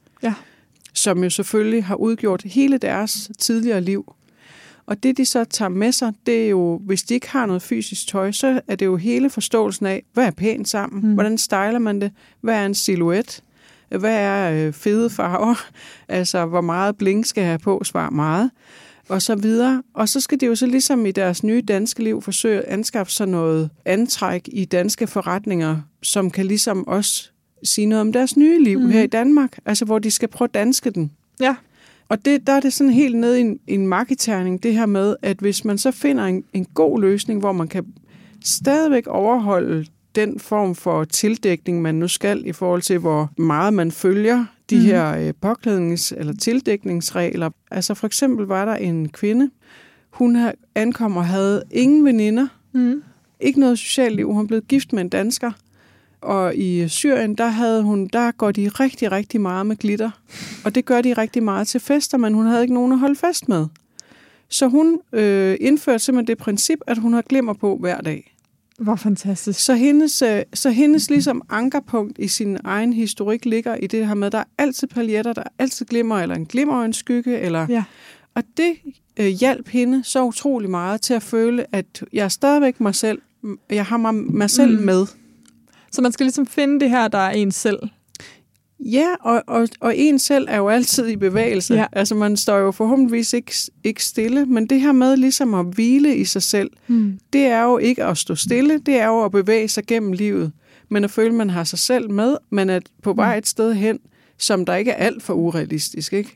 som jo selvfølgelig har udgjort hele deres tidligere liv. Og det, de så tager med sig, det er jo, hvis de ikke har noget fysisk tøj, så er det jo hele forståelsen af, hvad er pænt sammen, hvordan styler man det, hvad er en silhuet, hvad er fede farver, altså hvor meget bling skal jeg have på, svar meget, og så videre. Og så skal de jo så ligesom i deres nye danske liv forsøge at anskaffe sig noget antræk i danske forretninger, som kan ligesom også sige noget om deres nye liv her i Danmark, altså hvor de skal prøve at danske den. Ja. Og der er det sådan helt nede i en marketerning, det her med, at hvis man så finder en god løsning, hvor man kan stadigvæk overholde den form for tildækning, man nu skal i forhold til, hvor meget man følger de her påklædnings- eller tildækningsregler. Altså for eksempel var der en kvinde, hun ankom og havde ingen veninder, ikke noget socialt liv, hun blev gift med en dansker, og i Syrien, der går de rigtig, rigtig meget med glitter, og det gør de rigtig meget til fester, men hun havde ikke nogen at holde fest med. Så hun indførte simpelthen det princip, at hun har glimmer på hver dag. Hvor fantastisk. Så hendes ligesom ankerpunkt i sin egen historik ligger i det her med, der er altid paljetter, der er altid glimmer, eller en glimmer og en skygge. Eller, og det hjalp hende så utrolig meget til at føle, at jeg er stadigvæk mig selv. Jeg har mig selv med. Så man skal ligesom finde det her, der er en selv. Ja, og en selv er jo altid i bevægelse. Ja. Altså man står jo forhåbentligvis ikke stille, men det her med ligesom at hvile i sig selv, det er jo ikke at stå stille, det er jo at bevæge sig gennem livet. Men at føle, at man har sig selv med, men at på vej et sted hen, som der ikke er alt for urealistisk, ikke?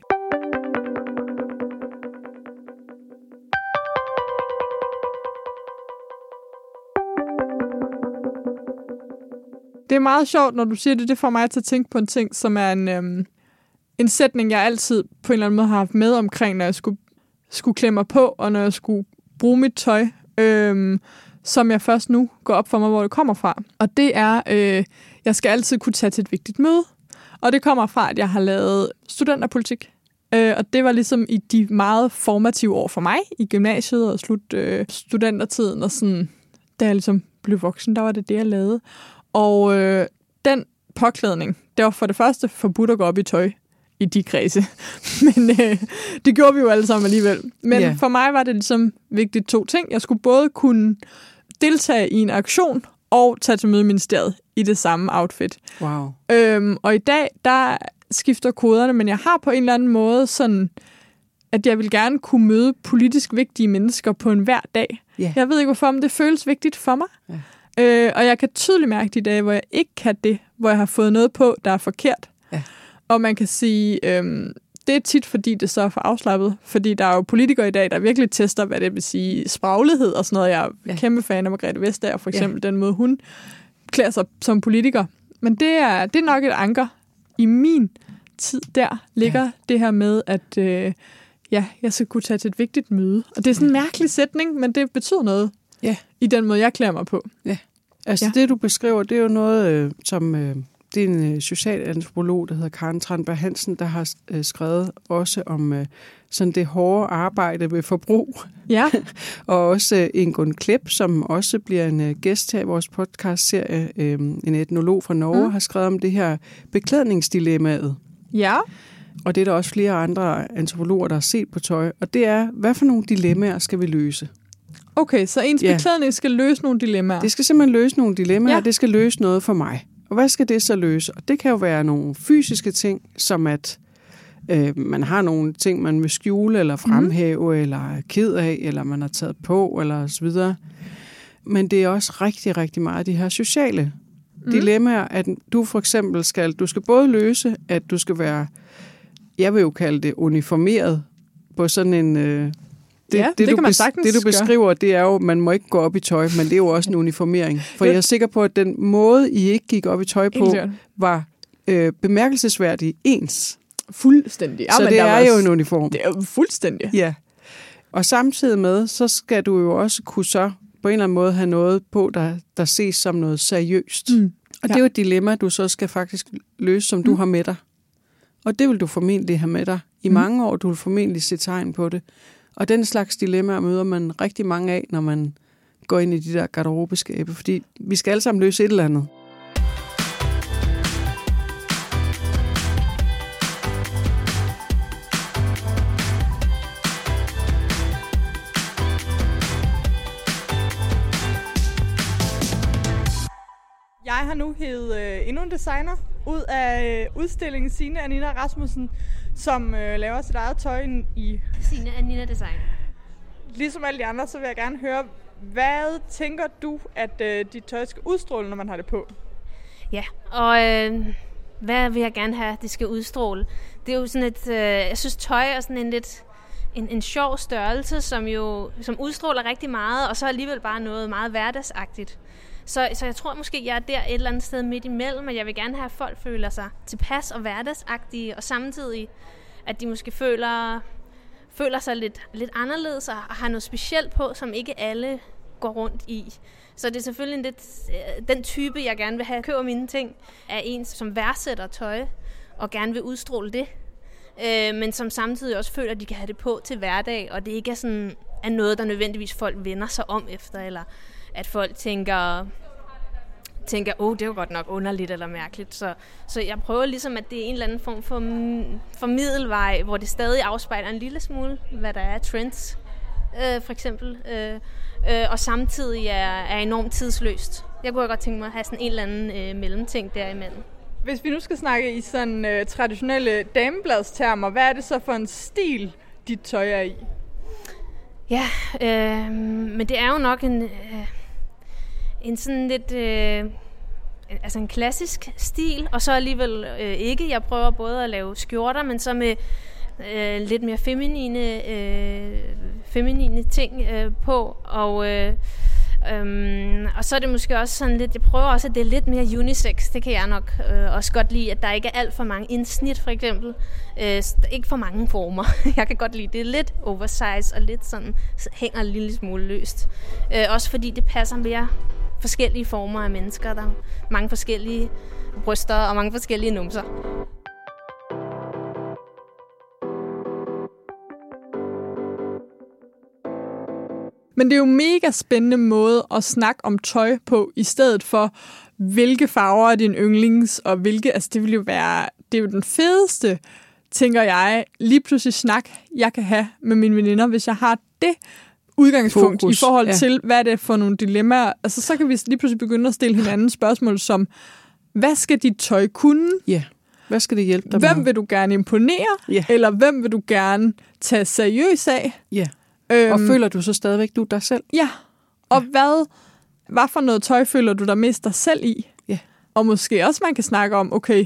Det er meget sjovt, når du siger det. Det får mig til at tænke på en ting, som er en sætning, jeg altid på en eller anden måde har haft med omkring, når jeg skulle klæde mig på, og når jeg skulle bruge mit tøj, som jeg først nu går op for mig, hvor det kommer fra. Og det er, jeg skal altid kunne tage til et vigtigt møde. Og det kommer fra, at jeg har lavet studenterpolitik. Og det var ligesom i de meget formative år for mig, i gymnasiet og studentertiden, og sådan, da jeg ligesom blev voksen, der var det, jeg lavede. Og den påklædning, det var for det første forbudt at gå op i tøj i de kredse. Men det gjorde vi jo alle sammen alligevel. Men for mig var det ligesom vigtigt 2 ting. Jeg skulle både kunne deltage i en aktion og tage til møde i ministeriet i det samme outfit. Wow. Og i dag, der skifter koderne, men jeg har på en eller anden måde sådan, at jeg vil gerne kunne møde politisk vigtige mennesker på en hver dag. Yeah. Jeg ved ikke hvorfor, men det føles vigtigt for mig. Yeah. Og jeg kan tydeligt mærke de dage, hvor jeg ikke kan det, hvor jeg har fået noget på, der er forkert. Ja. Og man kan sige, det er tit, fordi det så er for afslappet. Fordi der er jo politikere i dag, der virkelig tester, hvad det vil sige, spraglighed og sådan noget. Jeg er kæmpe fan af Margrethe Vestager, for eksempel den måde, hun klæder sig som politiker. Men det er nok et anker. I min tid der ligger det her med, at jeg skal kunne tage til et vigtigt møde. Og det er sådan en mærkelig sætning, men det betyder noget. Ja. I den måde, jeg klæder mig på. Ja. Altså det, du beskriver, det er jo noget, som det er en socialantropolog, der hedder Karen Tranberg Hansen, der har skrevet også om sådan det hårde arbejde ved forbrug. Ja. Og også Ingunn Klepp, som også bliver en gæst her i vores podcast-serie, en etnolog fra Norge, har skrevet om det her beklædningsdilemmaet. Ja. Og det er der også flere andre antropologer, der har set på tøj. Og det er, hvad for nogle dilemmaer skal vi løse? Okay, så ens beklædning skal løse nogle dilemmaer? Det skal simpelthen løse nogle dilemmaer, og det skal løse noget for mig. Og hvad skal det så løse? Og det kan jo være nogle fysiske ting, som at man har nogle ting, man vil skjule eller fremhæve, eller er ked af, eller man har taget på, eller så videre. Men det er også rigtig, rigtig meget de her sociale dilemmaer, at du for eksempel skal både løse, at du skal være, jeg vil jo kalde det uniformeret, på sådan en... Det du beskriver, det er jo, man må ikke gå op i tøj, men det er jo også en uniformering. For jeg er sikker på, at den måde, I ikke gik op i tøj på, var bemærkelsesværdig ens. Fuldstændig. Så det er jo en uniform. Det er jo fuldstændig. Ja. Og samtidig med, så skal du jo også kunne så på en eller anden måde have noget på, der ses som noget seriøst. Og det er jo et dilemma, du så skal faktisk løse, som du har med dig. Og det vil du formentlig have med dig i mange år. Du vil formentlig se tegn på det. Og den slags dilemmaer møder man rigtig mange af, når man går ind i de der garderobeskabe, fordi vi skal alle sammen løse et eller andet. Jeg har nu hævet endnu en designer ud af udstillingen Signe Anina Rasmussen, som laver sit eget tøj i... Signe Anina Design. Ligesom alle de andre, så vil jeg gerne høre, hvad tænker du, at dit tøj skal udstråle, når man har det på? Ja, og hvad vil jeg gerne have, det skal udstråle? Det er jo sådan et... jeg synes, tøj er sådan en lidt... En sjov størrelse, som udstråler rigtig meget, og så alligevel bare noget meget hverdagsagtigt. Så jeg tror måske, jeg er der et eller andet sted midt imellem, og jeg vil gerne have, at folk føler sig tilpas og hverdagsagtige, og samtidig, at de måske føler sig lidt anderledes og har noget specielt på, som ikke alle går rundt i. Så det er selvfølgelig lidt den type, jeg gerne vil have. Køber mine ting af en, som værdsætter tøj og gerne vil udstråle det, men som samtidig også føler, at de kan have det på til hverdag, og det ikke er noget, der nødvendigvis folk vender sig om efter, eller at folk tænker, det var godt nok underligt eller mærkeligt. Så jeg prøver ligesom, at det er en eller anden form for middelvej, hvor det stadig afspejler en lille smule, hvad der er trends, for eksempel. Og samtidig er enormt tidsløst. Jeg kunne godt tænke mig at have sådan en eller anden mellemting derimellem. Hvis vi nu skal snakke i sådan traditionelle damebladstermer, hvad er det så for en stil, dit tøj er i? Ja, men det er jo nok en sådan lidt... altså en klassisk stil, og så alligevel ikke. Jeg prøver både at lave skjorter, men så med lidt mere feminine ting på, og så er det måske også sådan lidt, jeg prøver også, at det er lidt mere unisex. Det kan jeg nok også godt lide, at der ikke er alt for mange indsnit, for eksempel. Ikke for mange former. Jeg kan godt lide, det er lidt oversize og lidt sådan, hænger en lille smule løst. Også fordi det passer mere forskellige former af mennesker. Der er mange forskellige bryster og mange forskellige numser. Men det er jo en mega spændende måde at snakke om tøj på, i stedet for, hvilke farver er din yndlings, og hvilke, altså det vil jo være, det er jo den fedeste, tænker jeg, lige pludselig snak, jeg kan have med mine veninder, hvis jeg har det udgangspunkt fokus, i forhold til, hvad er det for nogle dilemmaer. Altså så kan vi lige pludselig begynde at stille hinanden spørgsmål som, hvad skal dit tøj kunne? Ja. Hvad skal det hjælpe dig med? Hvem vil du gerne imponere? Ja. Eller hvem vil du gerne tage seriøst af? Ja. Og føler du så stadigvæk, du er dig selv? Ja. Og hvad for noget tøj føler du dig mest dig selv i? Ja. Og måske også man kan snakke om, okay,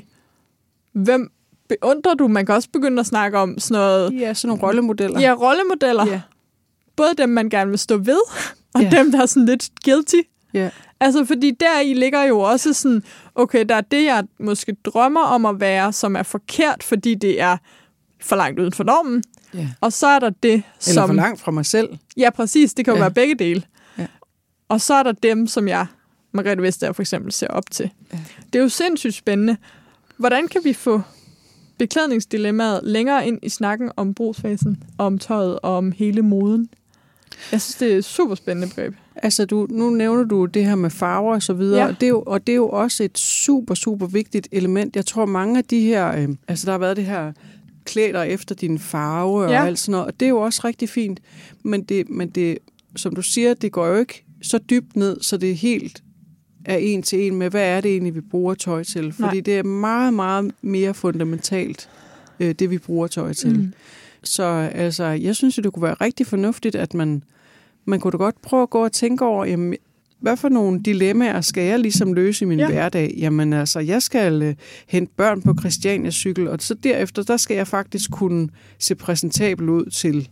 hvem beundrer du? Man kan også begynde at snakke om sådan noget... Ja, sådan nogle rollemodeller. Ja, rollemodeller. Ja. Både dem, man gerne vil stå ved, og dem, der er sådan lidt guilty. Ja. Altså, fordi deri ligger jo også sådan, okay, der er det, jeg måske drømmer om at være, som er forkert, fordi det er for langt uden for normen. Ja. Og så er der det, som... Eller for langt fra mig selv. Ja, præcis. Det kan jo være begge dele. Ja. Og så er der dem, som jeg, Margrethe Vestager for eksempel, ser op til. Ja. Det er jo sindssygt spændende. Hvordan kan vi få beklædningsdilemmaet længere ind i snakken om brugsfasen, om tøjet og om hele moden? Jeg synes, det er et super spændende begreb. Altså, nu nævner du det her med farver og så videre, og det er jo også et super, super vigtigt element. Jeg tror, mange af de her... altså, der har været det her klæder efter din farve og alt sådan noget, og det er jo også rigtig fint. Men det, som du siger, det går jo ikke så dybt ned, så det helt er en til en med, hvad er det egentlig, vi bruger tøj til? Fordi det er meget, meget mere fundamentalt, det vi bruger tøj til. Mm. Så altså, jeg synes, det kunne være rigtig fornuftigt, at man kunne da godt prøve at gå og tænke over, jamen, hvad for nogle dilemmaer skal jeg ligesom løse i min hverdag? Jamen altså, jeg skal hente børn på Christianias cykel, og så derefter, der skal jeg faktisk kunne se præsentabel ud til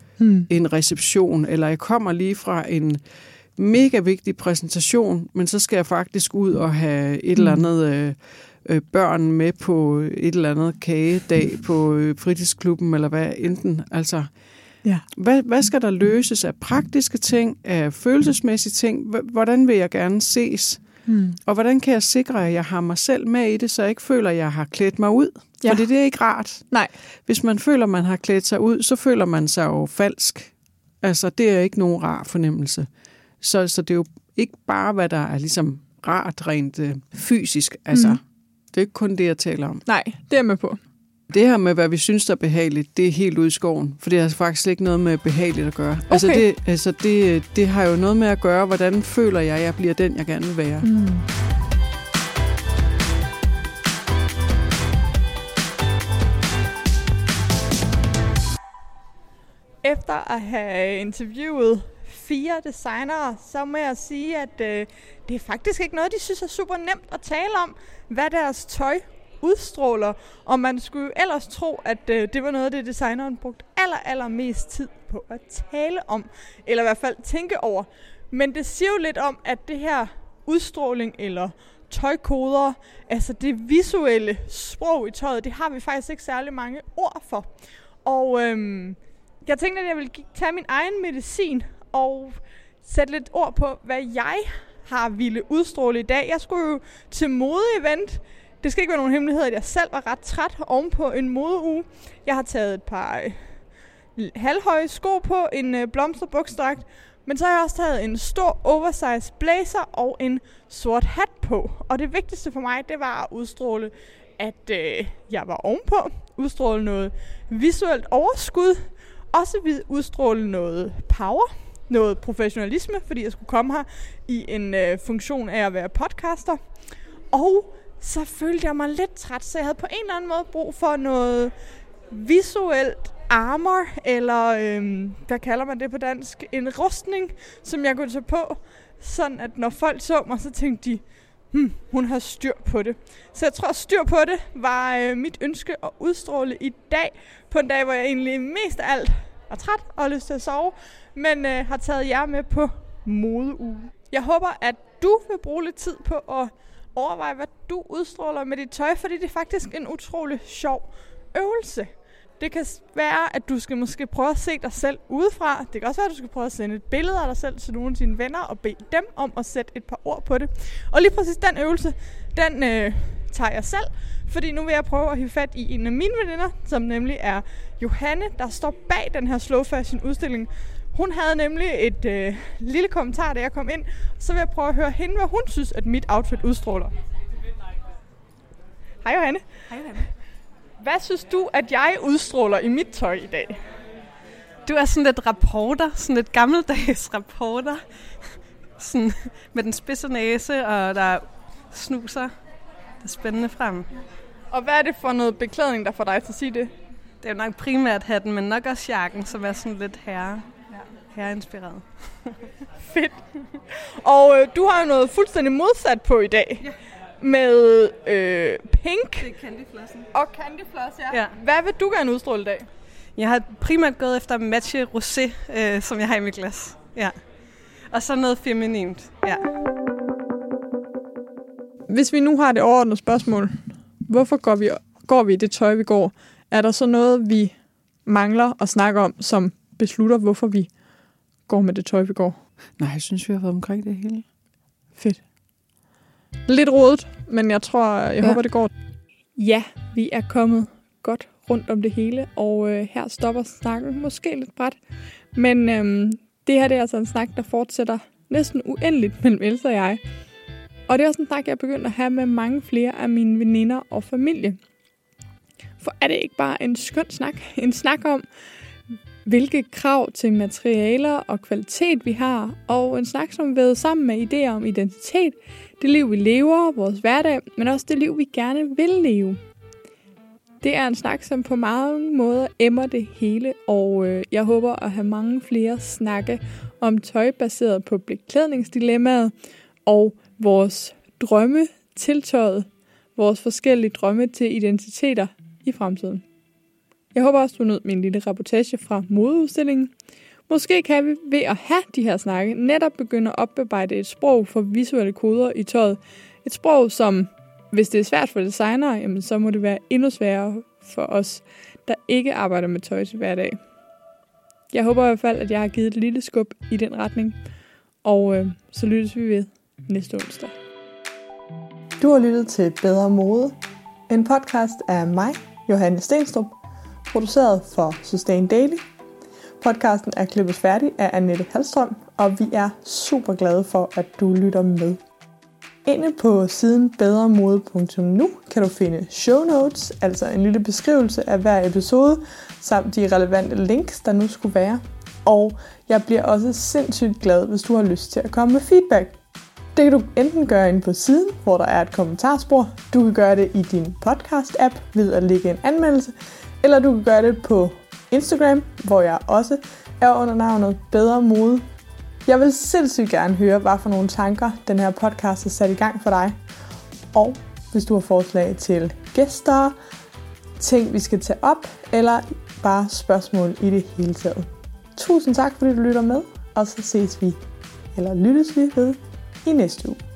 en reception, eller jeg kommer lige fra en mega vigtig præsentation, men så skal jeg faktisk ud og have et eller andet børn med på et eller andet kagedag på fritidsklubben, eller hvad enten. Altså, hvad skal der løses af praktiske ting, af følelsesmæssige ting? Hvordan vil jeg gerne ses? Og hvordan kan jeg sikre, at jeg har mig selv med i det, så jeg ikke føler, at jeg har klædt mig ud? For det er ikke rart. Nej. Hvis man føler, at man har klædt sig ud, så føler man sig jo falsk. Altså, det er ikke nogen rar fornemmelse. Så det er jo ikke bare, hvad der er ligesom rart rent fysisk. Altså, det er ikke kun det, jeg taler om. Nej, det er jeg med på. Det her med, hvad vi synes, der er behageligt, det er helt ude i skoven. For det har faktisk ikke noget med behageligt at gøre. Okay. Det har jo noget med at gøre, hvordan føler jeg bliver den, jeg gerne vil være. Efter at have interviewet 4 designere, så må jeg sige, at det er faktisk ikke noget, de synes er super nemt at tale om, hvad deres tøj udstråler. Og man skulle jo ellers tro, at det var noget af det, designeren brugte allermest tid på at tale om, eller i hvert fald tænke over. Men det siger jo lidt om, at det her udstråling eller tøjkoder, altså det visuelle sprog i tøjet, det har vi faktisk ikke særlig mange ord for. Og jeg tænkte, at jeg ville tage min egen medicin og sætte lidt ord på, hvad jeg har ville udstråle i dag. Jeg skulle jo til modeevent. Det skal ikke være nogen hemmelighed, at jeg selv var ret træt ovenpå en modeuge. Jeg har taget et par halvhøje sko på, en blomsterbuksedragt, Men så har jeg også taget en stor oversized blazer og en sort hat på. Og det vigtigste for mig, det var at udstråle, at jeg var ovenpå. Udstråle noget visuelt overskud. Også udstråle noget power. Noget professionalisme, fordi jeg skulle komme her i en funktion af at være podcaster. Og så følte jeg mig lidt træt, så jeg havde på en eller anden måde brug for noget visuelt armor, eller hvad kalder man det på dansk? En rustning, som jeg kunne tage på, sådan at når folk så mig, så tænkte de, hun har styr på det. Så jeg tror, styr på det var mit ønske at udstråle i dag, på en dag, hvor jeg egentlig mest af alt er træt og har lyst til at sove, men har taget jer med på modeuge. Jeg håber, at du vil bruge lidt tid på at overveje, hvad du udstråler med dit tøj, fordi det er faktisk en utrolig sjov øvelse. Det kan være, at du skal måske prøve at se dig selv udefra. Det kan også være, at du skal prøve at sende et billede af dig selv til nogle af dine venner og bede dem om at sætte et par ord på det. Og lige præcis den øvelse, den tager jeg selv, fordi nu vil jeg prøve at hive fat i en af mine veninder, som nemlig er Johanne, der står bag den her Slow Fashion udstilling. Hun havde nemlig et lille kommentar, da jeg kom ind, så vil jeg prøve at høre hende, hvad hun synes, at mit outfit udstråler. Hej Johanne. Hej Johanne. Hvad synes du, at jeg udstråler i mit tøj i dag? Du er sådan lidt reporter, sådan lidt gammeldags reporter. Sådan med den spidse næse, og der snuser det spændende frem. Og hvad er det for noget beklædning, der får dig til at sige det? Det er jo nok primært hatten, men nok også jakken, som er sådan lidt herreinspireret. Fedt. Og du har jo noget fuldstændig modsat på i dag. Ja. Med pink. Det er candyflossen. Og candyfloss, ja. Hvad vil du gerne udstråle i dag? Jeg har primært gået efter matche rosé, som jeg har i mit glas. Ja. Og så noget feminint. Ja. Hvis vi nu har det overordnede spørgsmål, hvorfor går vi i det tøj, vi går? Er der så noget, vi mangler at snakke om, som beslutter, hvorfor vi går med det tøj, vi går? Nej, jeg synes, vi har været omkring det hele. Fedt. Lidt rodet, men jeg tror, jeg håber, det går. Ja, vi er kommet godt rundt om det hele, og her stopper snakken måske lidt bræt. Men det her det er altså en snak, der fortsætter næsten uendeligt mellem Else og jeg. Og det er også en snak, jeg er begyndt at have med mange flere af mine veninder og familie. For er det ikke bare en skøn snak? En snak om, hvilke krav til materialer og kvalitet vi har, og en snak, som væver sammen med idéer om identitet, det liv, vi lever, vores hverdag, men også det liv, vi gerne vil leve. Det er en snak, som på mange måder emmer det hele, og jeg håber at have mange flere snakke om tøj baseret på beklædningsdilemmaet og vores drømme til tøjet, vores forskellige drømme til identiteter i fremtiden. Jeg håber også, du nød min lille reportage fra modeudstillingen. Måske kan vi ved at have de her snakke netop begynde at oparbejde et sprog for visuelle koder i tøjet. Et sprog, som, hvis det er svært for designere, jamen, så må det være endnu sværere for os, der ikke arbejder med tøj til hverdag. Jeg håber i hvert fald, at jeg har givet et lille skub i den retning, og så lyttes vi ved næste onsdag. Du har lyttet til Bedre Mode, en podcast af mig, Johanne Stenstrup, produceret for Sustain Daily. Podcasten er klippet færdig af Annette Hallstrøm, og vi er super glade for, at du lytter med. Inde på siden bedremode.nu kan du finde show notes, altså en lille beskrivelse af hver episode, samt de relevante links, der nu skulle være. Og jeg bliver også sindssygt glad, hvis du har lyst til at komme med feedback. Det kan du enten gøre inde på siden, hvor der er et kommentarspor. Du kan gøre det i din podcast-app ved at lægge en anmeldelse. Eller du kan gøre det på Instagram, hvor jeg også er under navnet Bedre Mode. Jeg vil sindssygt gerne høre, hvad for nogle tanker den her podcast har sat i gang for dig. Og hvis du har forslag til gæster, ting vi skal tage op, eller bare spørgsmål i det hele taget. Tusind tak, fordi du lytter med, og så ses vi, eller lyttes vi ved i næste uge.